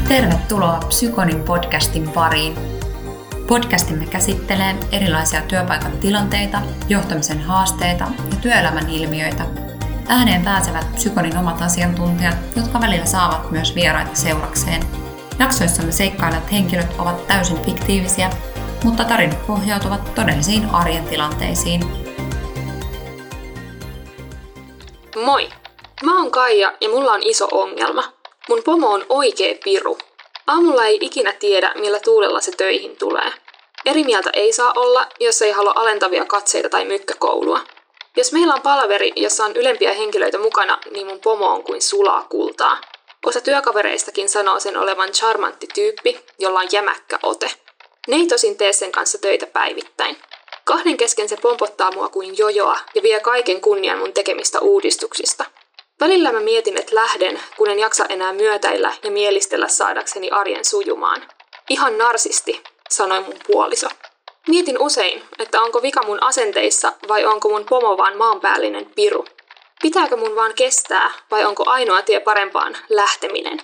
Tervetuloa Psykonin podcastin pariin. Podcastimme käsittelee erilaisia työpaikan tilanteita, johtamisen haasteita ja työelämän ilmiöitä. Ääneen pääsevät Psykonin omat asiantuntijat, jotka välillä saavat myös vieraita seurakseen. Jaksoissamme seikkailevat henkilöt ovat täysin fiktiivisiä, mutta tarinat pohjautuvat todellisiin arjen tilanteisiin. Moi! Mä oon Kaija ja mulla on iso ongelma. Mun pomo on oikee piru. Aamulla ei ikinä tiedä, millä tuulella se töihin tulee. Eri mieltä ei saa olla, jos ei halua alentavia katseita tai mykkäkoulua. Jos meillä on palaveri, jossa on ylempiä henkilöitä mukana, niin mun pomo on kuin sulaa kultaa. Osa työkavereistakin sanoo sen olevan charmantti tyyppi, jolla on jämäkkä ote. Ne ei tosin tee sen kanssa töitä päivittäin. Kahden kesken se pompottaa mua kuin jojoa ja vie kaiken kunnian mun tekemistä uudistuksista. Välillä mä mietin, että lähden, kun en jaksa enää myötäillä ja mielistellä saadakseni arjen sujumaan. Ihan narsisti, sanoi mun puoliso. Mietin usein, että onko vika mun asenteissa vai onko mun pomo vaan maanpäällinen piru. Pitääkö mun vaan kestää vai onko ainoa tie parempaan lähteminen?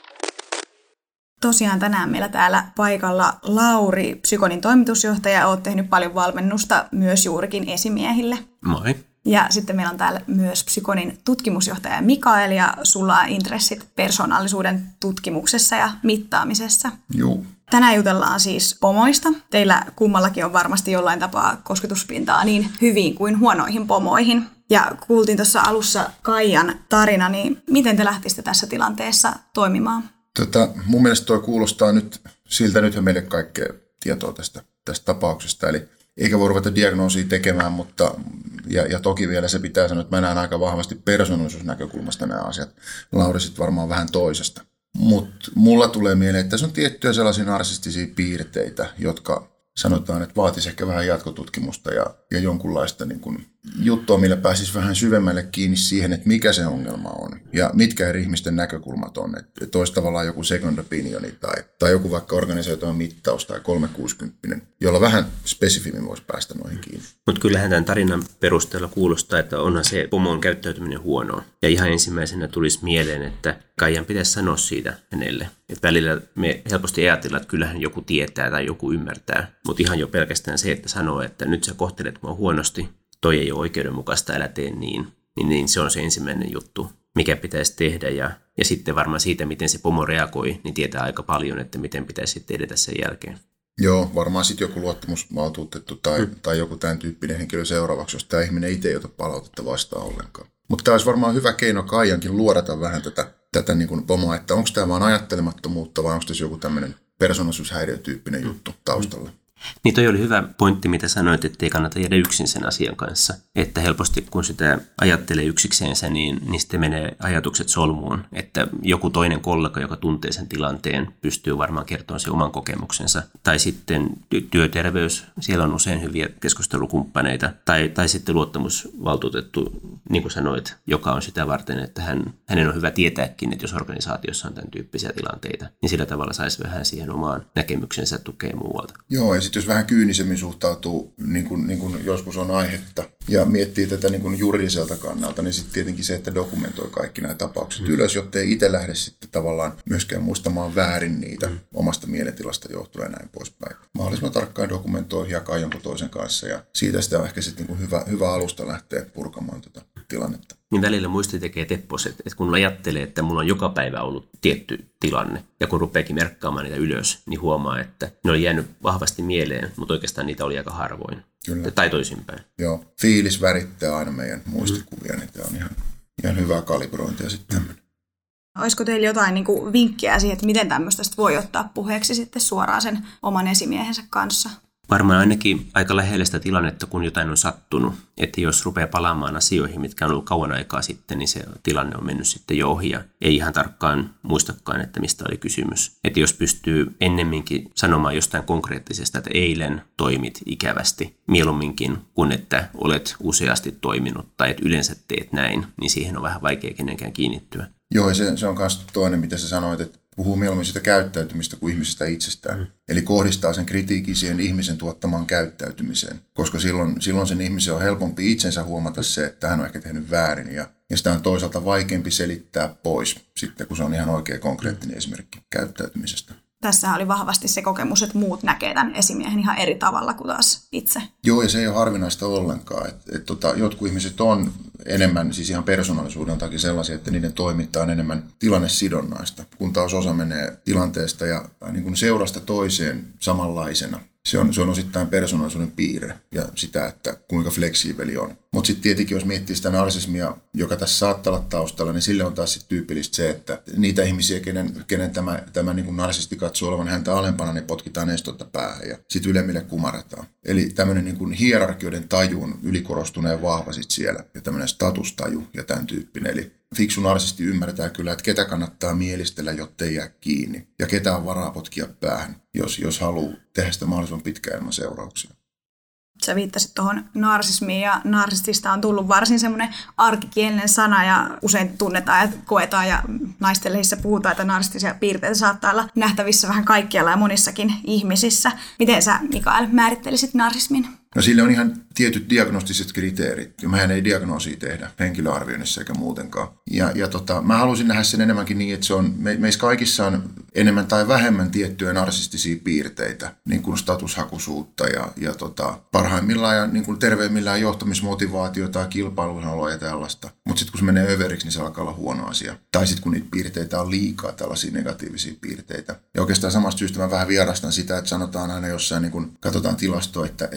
Tosiaan tänään meillä täällä paikalla Lauri, Psykonin toimitusjohtaja. Olet tehnyt paljon valmennusta myös juurikin esimiehille. Moi. Ja sitten meillä on täällä myös Psykonin tutkimusjohtaja Mikael, ja sulla on intressit persoonallisuuden tutkimuksessa ja mittaamisessa. Joo. Tänään jutellaan siis pomoista. Teillä kummallakin on varmasti jollain tapaa kosketuspintaa niin hyviin kuin huonoihin pomoihin. Ja kuultiin tuossa alussa Kaijan tarina, niin miten te lähtisitte tässä tilanteessa toimimaan? Mun mielestä toi kuulostaa nyt siltä, nythän meille kaikkea tietoa tästä tapauksesta, eli eikä voi ruveta diagnoosia tekemään, mutta ja toki vielä se pitää sanoa, että mä näen aika vahvasti persoonallisuusnäkökulmasta nämä asiat. Lauri sitten varmaan vähän toisesta. Mutta mulla tulee mieleen, että tässä on tiettyjä sellaisia narsistisia piirteitä, jotka sanotaan, että vaatisi ehkä vähän jatkotutkimusta ja jonkunlaista niin kun juttua, millä pääsisi vähän syvemmälle kiinni siihen, että mikä se ongelma on ja mitkä eri ihmisten näkökulmat on. Että olisi tavallaan joku second opinioni tai joku vaikka organisoitua mittaus tai 360, jolla vähän spesifimmin voisi päästä noihin kiinni. Mutta kyllähän tämän tarinan perusteella kuulostaa, että onhan se pomon käyttäytyminen huonoa. Ja ihan ensimmäisenä tulisi mieleen, että Kaijan pitäisi sanoa siitä hänelle. Että välillä me helposti ajatellaan, että kyllähän joku tietää tai joku ymmärtää. Mutta ihan jo pelkästään se, että sanoo, että nyt sä kohtelet mua huonosti, toi ei ole oikeudenmukaista, älä tee niin se on se ensimmäinen juttu, mikä pitäisi tehdä. Ja sitten varmaan siitä, miten se pomo reagoi, niin tietää aika paljon, että miten pitäisi sitten edetä sen jälkeen. Joo, varmaan sitten joku luottamusvaltuutettu tai joku tämän tyyppinen henkilö seuraavaksi, jos tämä ihminen itse ei ota palautetta vastaan ollenkaan. Mutta tämä olisi varmaan hyvä keino Kaijankin luodata vähän tätä niin kuin pomoa, että onko tämä vaan ajattelemattomuutta vai onko tässä joku tämmöinen persoonallisuushäiriötyyppinen juttu taustalla. Niin toi oli hyvä pointti, mitä sanoit, että ei kannata jäädä yksin sen asian kanssa. Että helposti kun sitä ajattelee yksikseensä, niin sitten menee ajatukset solmuun. Että joku toinen kollega, joka tuntee sen tilanteen, pystyy varmaan kertomaan sen oman kokemuksensa. Tai sitten työterveys, siellä on usein hyviä keskustelukumppaneita. Tai sitten luottamusvaltuutettu, niin kuin sanoit, joka on sitä varten, että hänen on hyvä tietääkin, että jos organisaatiossa on tämän tyyppisiä tilanteita, niin sillä tavalla saisi vähän siihen omaan näkemyksensä tukea muualta. Joo, ja sitten jos vähän kyynisemmin suhtautuu, niin kuin joskus on aihetta, ja miettii tätä niin kuin juridiselta kannalta, niin sitten tietenkin se, että dokumentoi kaikki nämä tapaukset ylös, jotta ei itse lähde sitten tavallaan myöskään muistamaan väärin niitä omasta mielentilasta johtuen ja näin poispäin. Mahdollisimman tarkkaan dokumentoi, jakaa jonkun toisen kanssa, ja siitä sitä on ehkä sitten niin kuin hyvä alusta lähteä purkamaan tätä tilannetta. Niin välillä muisti tekee teppos, että kun ajattelee, että mulla on joka päivä ollut tietty tilanne, ja kun rupeakin merkkaamaan niitä ylös, niin huomaa, että ne oli jäänyt vahvasti mieleen, mutta oikeastaan niitä oli aika harvoin. Kyllä. Tai toisinpäin. Joo, fiilis värittää aina meidän muistikuvia, niin tämä on ihan hyvää kalibrointia sitten tämmöinen. Olisiko teillä jotain niin kuin vinkkiä siihen, että miten tämmöistä voi ottaa puheeksi sitten suoraan sen oman esimiehensä kanssa? Varmaan ainakin aika lähellä sitä tilannetta, kun jotain on sattunut. Että jos rupeaa palaamaan asioihin, mitkä on ollut kauan aikaa sitten, niin se tilanne on mennyt sitten jo ohi ja ei ihan tarkkaan muistakaan, että mistä oli kysymys. Että jos pystyy ennemminkin sanomaan jostain konkreettisesta, että eilen toimit ikävästi, mieluumminkin kuin että olet useasti toiminut tai että yleensä teet näin, niin siihen on vähän vaikea kenenkään kiinnittyä. Joo, ja se on myös toinen, mitä sä sanoit, että puhuu mieluummin sitä käyttäytymistä kuin ihmisestä itsestään. Eli kohdistaa sen kritiikin siihen ihmisen tuottamaan käyttäytymiseen. Koska silloin sen ihmisen on helpompi itsensä huomata se, että hän on ehkä tehnyt väärin. Ja sitä on toisaalta vaikeampi selittää pois, sitten kun se on ihan oikea konkreettinen esimerkki. käyttäytymisestä. Tässä oli vahvasti se kokemus, että muut näkee tämän esimiehen ihan eri tavalla kuin taas itse. Joo, ja se ei ole harvinaista ollenkaan. Jotkut ihmiset on enemmän, siis ihan persoonallisuuden takia sellaisia, että niiden toiminta on enemmän tilannesidonnaista, kun taas osa menee tilanteesta ja niin kuin seurasta toiseen samanlaisena. Se on osittain persoonallisuuden piirre ja sitä, että kuinka fleksiibeli on. Mutta sitten tietenkin, jos miettii sitä narsismia, joka tässä saattaa olla taustalla, niin sille on taas sit tyypillistä se, että niitä ihmisiä, kenen tämä niin kuin narsisti katsoo olevan häntä alempana, niin potkitaan estotta päähän ja sitten ylemmille kumarretaan. Eli tämmöinen niin kuin hierarkioiden taju on ylikorostuneen vahva sit siellä ja tämmöinen statustaju ja tämän tyyppinen. Eli fiksu narsisti ymmärtää kyllä, että ketä kannattaa mielistellä, jottei jää kiinni ja ketä on varaa potkia päähän, jos haluaa tehdä sitä mahdollisimman pitkään ilman seurauksia. Sä viittasit tuohon narsismiin ja narsistista on tullut varsin semmoinen arkikielinen sana ja usein tunnetaan ja koetaan ja naisten lehdissä puhutaan, että narsistisia piirteitä saattaa olla nähtävissä vähän kaikkialla ja monissakin ihmisissä. Miten sä, Mikael, määrittelisit narsismin? No sille on ihan tietyt diagnostiset kriteerit, ja mehän ei diagnoosia tehdä henkilöarvioinnissa eikä muutenkaan. Mä halusin nähdä sen enemmänkin niin, että se on, meissä kaikissa on enemmän tai vähemmän tiettyjä narsistisia piirteitä, niin kuin statushakuisuutta ja parhaimmillaan ja niin kuin terveimmillään johtamismotivaatiota ja kilpailuhalua ja tällaista. Mutta sitten kun se menee överiksi, niin se alkaa olla huono asia. Tai sitten kun niitä piirteitä on liikaa, tällaisia negatiivisia piirteitä. Ja oikeastaan samasta syystä mä vähän vierastan sitä, että sanotaan aina jossain, niin kun katsotaan tilastoa, että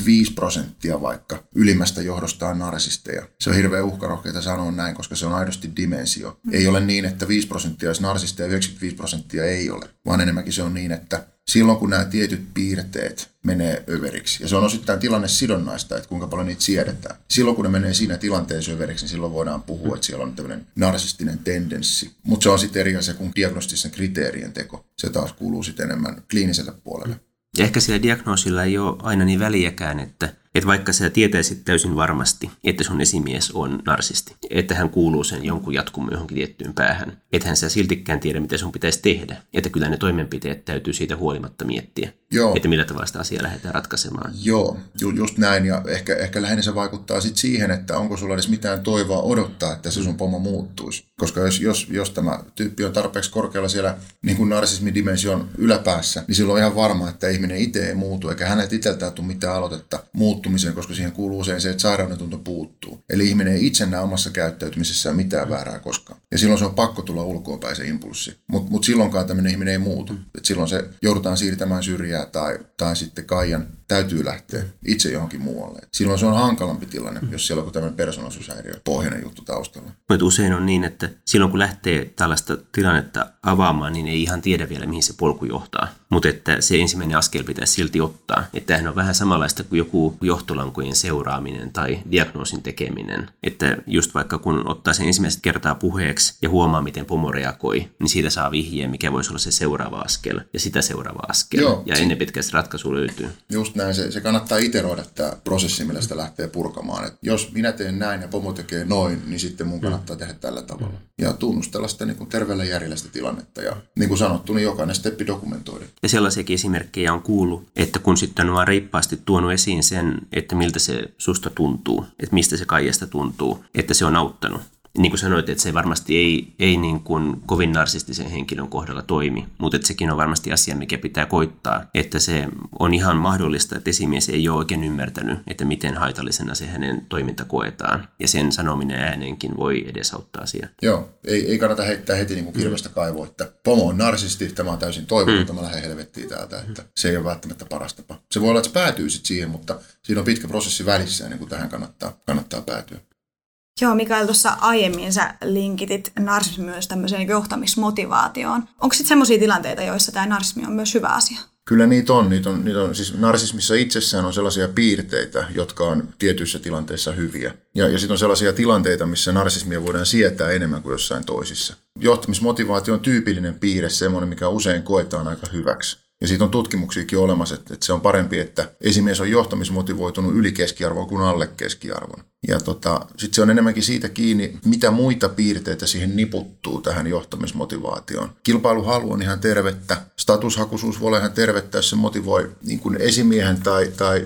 5% vaikka ylimmästä johdosta on narsisteja. Se on hirveän uhkarohkeita sanoa näin, koska se on aidosti dimensio. Ei ole niin, että 5% olisi narsisteja ja 95% ei ole, vaan enemmänkin se on niin, että silloin kun nämä tietyt piirteet menee överiksi, ja se on osittain tilannesidonnaista, että kuinka paljon niitä siedetään. Silloin kun ne menee siinä tilanteessa överiksi, niin silloin voidaan puhua, että siellä on tämmöinen narsistinen tendenssi. Mutta se on sitten eri asia kuin diagnostisen kriteerien teko. Se taas kuuluu sitten enemmän kliiniselle puolelle. Ja ehkä sillä diagnoosilla ei ole aina niin väliäkään, että vaikka sä tietäisit täysin varmasti, että sun esimies on narsisti, että hän kuuluu sen jonkun jatkumo johonkin tiettyyn päähän, ethän sä siltikään tiedä, mitä sun pitäisi tehdä, että kyllä ne toimenpiteet täytyy siitä huolimatta miettiä, että millä tavalla sitä asiaa lähdetään ratkaisemaan. Joo, just näin, ja ehkä lähinnä se vaikuttaa sitten siihen, että onko sulla edes mitään toivoa odottaa, että se sun pomo muuttuisi. Koska jos tämä tyyppi on tarpeeksi korkealla siellä niin kuin narsismidimension yläpäässä, niin silloin on ihan varma, että ihminen itse ei muutu, eikä häneltä itseltään tule mitään aloitetta muuttumiseen, koska siihen kuuluu usein se, että sairaudentunto puuttuu. Eli ihminen ei itse näe omassa käyttäytymisessään mitään väärää koskaan. Ja silloin se on pakko tulla ulkoapäin se impulssi. Mutta silloinkaan tämmöinen ihminen ei muutu. Et silloin se joudutaan siirtämään syrjää tai sitten Kaijan täytyy lähteä itse johonkin muualle. Et silloin se on hankalampi tilanne, jos siellä on tämmöinen persoonallisuushäiriö pohjainen juttu taustalla. Mutta usein on niin, että silloin kun lähtee tällaista tilannetta avaamaan, niin ei ihan tiedä vielä, mihin se polku johtaa. Mutta että se ensimmäinen askel pitäisi silti ottaa. Että tämähän on vähän samanlaista kuin joku johtolankojen seuraaminen tai diagnoosin tekeminen. Että just vaikka kun ottaa sen ensimmäistä kertaa puheeksi ja huomaa, miten pomo reagoi, niin siitä saa vihjeen, mikä voisi olla se seuraava askel ja sitä seuraava askel. Joo, ja ennen pitkään se ratkaisu löytyy. Just näin. Se kannattaa iteroida tämä prosessi, millä sitä lähtee purkamaan. Et jos minä teen näin ja pomo tekee noin, niin sitten mun kannattaa tehdä tällä tavalla. Ja tunnustella sitä niin kuin terveellä järjellä sitä tilannetta. Ja niin kuin sanottu, niin jokainen steppi dokumentoida. Ja sellaisiakin esimerkkejä on kuullut, että kun sitten on vaan reippaasti tuonut esiin sen, että miltä se susta tuntuu, että mistä se Kaijasta tuntuu, että se on auttanut. Niin kuin sanoit, että se varmasti ei niin kuin kovin narsistisen henkilön kohdalla toimi, mutta että sekin on varmasti asia, mikä pitää koittaa, että se on ihan mahdollista, että esimies ei ole oikein ymmärtänyt, että miten haitallisena se hänen toiminta koetaan, ja sen sanominen ääneenkin voi edesauttaa asiaa. Joo, ei kannata heittää heti niin kuin kirvestä kaivoa, että pomo on narsisti, tämä on täysin toivotonta, mä lähden helvettiin täältä, että se ei ole välttämättä paras tapa. Se voi olla, että se päätyy sitten siihen, mutta siinä on pitkä prosessi välissä, ennen kuin tähän kannattaa päätyä. Joo, Mikael, tuossa aiemmin sä linkitit narsismi myös tämmöiseen johtamismotivaatioon. Onko sitten semmoisia tilanteita, joissa tämä narsismi on myös hyvä asia? Kyllä niitä on. Siis narsismissa itsessään on sellaisia piirteitä, jotka on tietyissä tilanteissa hyviä. Ja sitten on sellaisia tilanteita, missä narsismia voidaan sietää enemmän kuin jossain toisissa. Johtamismotivaatio on tyypillinen piirre, semmoinen, mikä usein koetaan aika hyväksi. Ja siitä on tutkimuksiakin olemassa, että se on parempi, että esimies on johtamismotivoitunut yli keskiarvoa kuin alle keskiarvon. Ja sitten se on enemmänkin siitä kiinni, mitä muita piirteitä siihen niputtuu tähän johtamismotivaatioon. Kilpailuhalu on ihan tervettä. Statushakuisuus voi olla ihan tervettä, jos se motivoi niin kuin esimiehen tai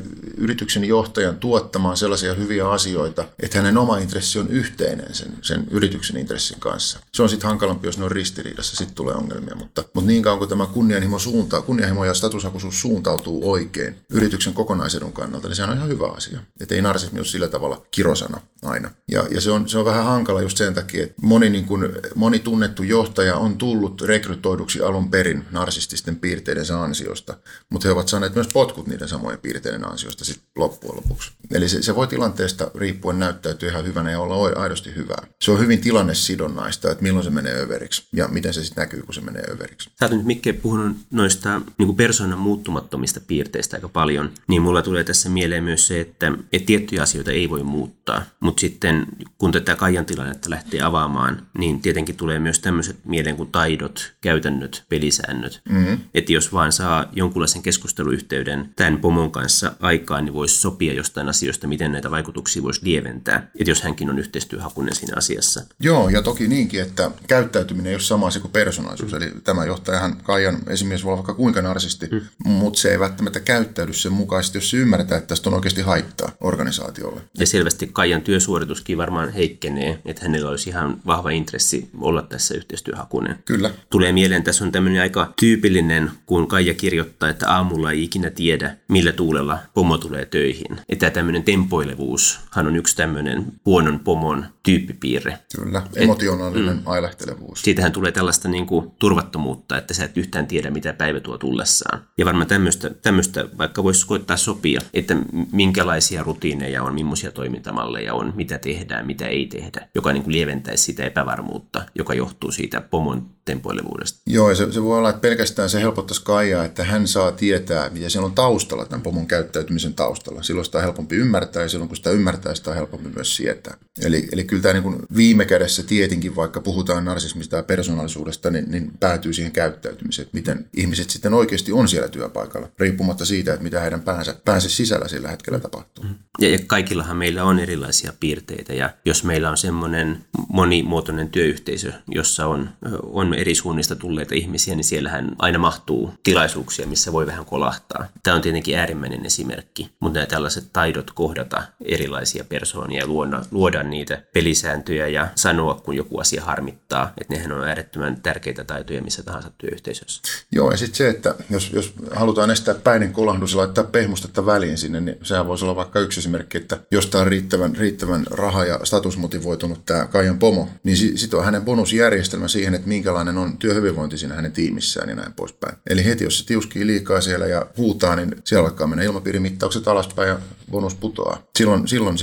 yrityksen johtajan tuottamaan sellaisia hyviä asioita, että hänen oma intressi on yhteinen sen yrityksen intressin kanssa. Se on sitten hankalampi, jos ne on ristiriidassa, sitten tulee ongelmia, mutta niin kauan kuin tämä kunnianhimo ja statushakuisuus suuntautuu oikein yrityksen kokonaisedun kannalta, niin se on ihan hyvä asia. Että ei narsismi ole sillä tavalla kirosana aina. Ja se on vähän hankala just sen takia, että moni tunnettu johtaja on tullut rekrytoiduksi alun perin narsististen piirteidensä ansiosta, mutta he ovat saaneet myös potkut niiden samojen piirteiden ansiosta sitten loppujen lopuksi. Eli se voi tilanteesta riippuen näyttäytyä ihan hyvänä ja olla aidosti hyvää. Se on hyvin tilannesidonnaista, että milloin se menee överiksi ja miten se sitten näkyy, kun se menee överiksi. Sä oot nyt, Mikke, puhunut noista niin persoonan muuttumattomista piirteistä aika paljon, niin mulla tulee tässä mieleen myös se, että tiettyjä asioita ei voi muuttaa, mutta sitten kun tätä Kaijan tilannetta lähtee avaamaan, niin tietenkin tulee myös tämmöiset mieleen kuin taidot, käytännöt, pelisäännöt. Mm-hmm. Että jos vaan saa jonkunlaisen keskusteluyhteyden tämän pomon kanssa aikaan, niin voisi sopia jostain asioista, miten näitä vaikutuksia voisi lieventää, että jos hänkin on yhteistyöhakuinen siinä asiassa. Joo, ja toki niinkin, että käyttäytyminen ei ole sama asia kuin persoonallisuus. Eli tämä johtajahan Kaijan esimies voi olla vaikka kuinka narsisti, mutta se ei välttämättä käyttäydy sen mukaisesti, jos se ymmärretään, että tästä on oikeasti haittaa organisaatiolle. Ja selvästi Kaijan työsuorituskin varmaan heikkenee, että hänellä olisi ihan vahva intressi olla tässä yhteistyöhakuinen. Kyllä. Tulee mieleen, tässä on tämmöinen aika tyypillinen, kun Kaija kirjoittaa, että aamulla ei ikinä tiedä, millä tuulella pomo tulee töihin. Että tämmöinen tempoilevuushan on yksi tämmöinen huonon pomon tyyppipiirre. Kyllä, emotionaalinen ailahtelevuus. Siitähän tulee tällaista niin kuin turvattomuutta, että sä et yhtään tiedä, mitä päivä tuo tullessaan. Ja varmaan tämmöistä vaikka voisi koittaa sopia, että minkälaisia rutiineja on, millaisia toimintamalleja on, mitä tehdään, mitä ei tehdä, joka niin kuin lieventäisi sitä epävarmuutta, joka johtuu siitä pomon tempoilevuudesta. Joo, ja se voi olla, että pelkästään se helpottaisi Kaijaa, että hän saa tietää, mitä siellä on taustalla, tämän pomon käyttäytymisen taustalla. Silloin sitä on helpompi ymmärtää, ja silloin kun sitä ymmärtää, sitä on helpompi myös sietää. Eli kyllä tämä niin kuin viime kädessä tietenkin, vaikka puhutaan narsismista ja persoonallisuudesta, niin päätyy siihen käyttäytymiseen, että miten ihmiset sitten oikeasti on siellä työpaikalla, riippumatta siitä, että mitä heidän päänsä sisällä sillä hetkellä tapahtuu. Ja kaikillahan meillä on erilaisia piirteitä, ja jos meillä on semmoinen monimuotoinen työyhteisö, jossa on eri suunnista tulleita ihmisiä, niin siellähän aina mahtuu tilaisuuksia, missä voi vähän kolahtaa. Tämä on tietenkin äärimmäinen esimerkki, mutta nämä tällaiset taidot kohdata erilaisia persoonia ja luoda niitä pelisääntöjä ja sanoa, kun joku asia harmittaa, että nehän on äärettömän tärkeitä taitoja missä tahansa työyhteisössä. Joo, ja sitten se, että jos halutaan estää päinen kolahdus ja laittaa pehmustetta väliin sinne, niin sehän voisi olla vaikka yksi esimerkki, että jos tämä on riittävän raha- ja statusmotivoitunut tämä Kaijan pomo, niin sitoo hänen bonusjärjestelmä siihen, että minkälainen on työhyvinvointi siinä hänen tiimissään ja näin poispäin. Eli heti, jos se tiuskii liikaa siellä ja huutaa, niin siellä alkaa mennä ilmapiirimittaukset alaspäin ja bonus putoaa. Silloin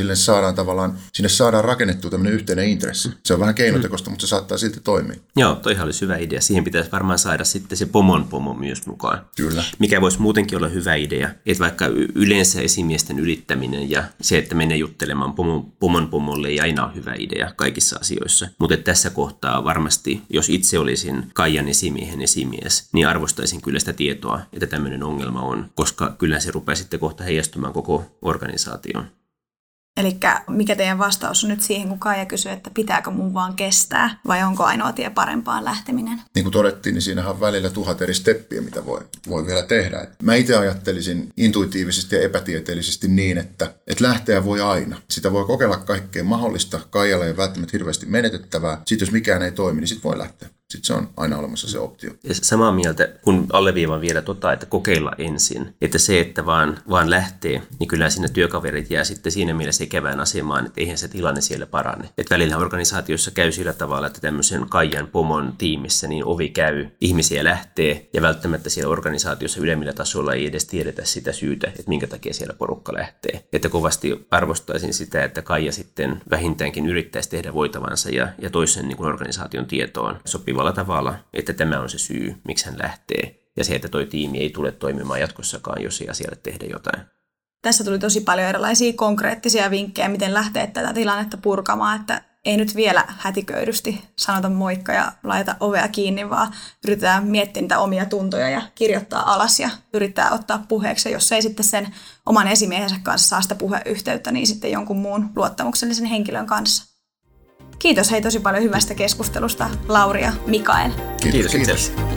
sinne saadaan rakennettua tämmöinen yhteinen intressi. Se on vähän keinotekoista, mutta se saattaa silti toimia. Joo, toihan olisi hyvä idea. Siihen pitäisi varmaan saada sitten se pomo myös mukaan. Kyllä. Mikä voisi muutenkin olla hyvä idea, että vaikka yleensä esimiesten ylittäminen ja se, että menee juttelemaan pomolle ei aina ole hyvä idea kaikissa asioissa. Mutta tässä kohtaa varmasti, jos itse olisin Kaijan esimiehen esimies, niin arvostaisin kyllä sitä tietoa, että tämmöinen ongelma on, koska kyllä se rupeaa sitten kohta heijastumaan koko organisaatioon. Elikkä mikä teidän vastaus on nyt siihen, kun Kaija kysyy, että pitääkö mun vaan kestää vai onko ainoa tie parempaan lähteminen? Niin kuin todettiin, niin siinähän on välillä 1000 eri steppiä, mitä voi vielä tehdä. Mä itse ajattelisin intuitiivisesti ja epätieteellisesti niin, että lähteä voi aina. Sitä voi kokeilla kaikkea mahdollista. Kaijalle ei välttämättä hirveästi menetettävää. Sitten jos mikään ei toimi, niin sitten voi lähteä. Sitten se on aina olemassa se optio. Ja samaa mieltä, kun alleviivaan vielä että kokeilla ensin. Että se, että vaan lähtee, niin kyllä siinä työkaverit jää sitten siinä mielessä ikävään asemaan, että eihän se tilanne siellä parane. Että välillä organisaatiossa käy sillä tavalla, että tämmöisen Kaijan pomon tiimissä niin ovi käy, ihmisiä lähtee ja välttämättä siellä organisaatiossa ylemmillä tasolla ei edes tiedetä sitä syytä, että minkä takia siellä porukka lähtee. Että kovasti arvostaisin sitä, että Kaija sitten vähintäänkin yrittäisi tehdä voitavansa ja toisen niin kuin organisaation tietoon sopivalla tavalla, että tämä on se syy, miksi hän lähtee. Ja se, että toi tiimi ei tule toimimaan jatkossakaan, jos ei asialle tehdä jotain. Tässä tuli tosi paljon erilaisia konkreettisia vinkkejä, miten lähteä tätä tilannetta purkamaan, että ei nyt vielä hätiköidysti sanota moikka ja laita ovea kiinni, vaan yritetään miettiä niitä omia tuntoja ja kirjoittaa alas ja yrittää ottaa puheeksi. Ja jos ei sitten sen oman esimiehensä kanssa saa sitä puheyhteyttä, niin sitten jonkun muun luottamuksellisen henkilön kanssa. Kiitos hei tosi paljon hyvästä keskustelusta, Lauri ja Mikael. Kiitos.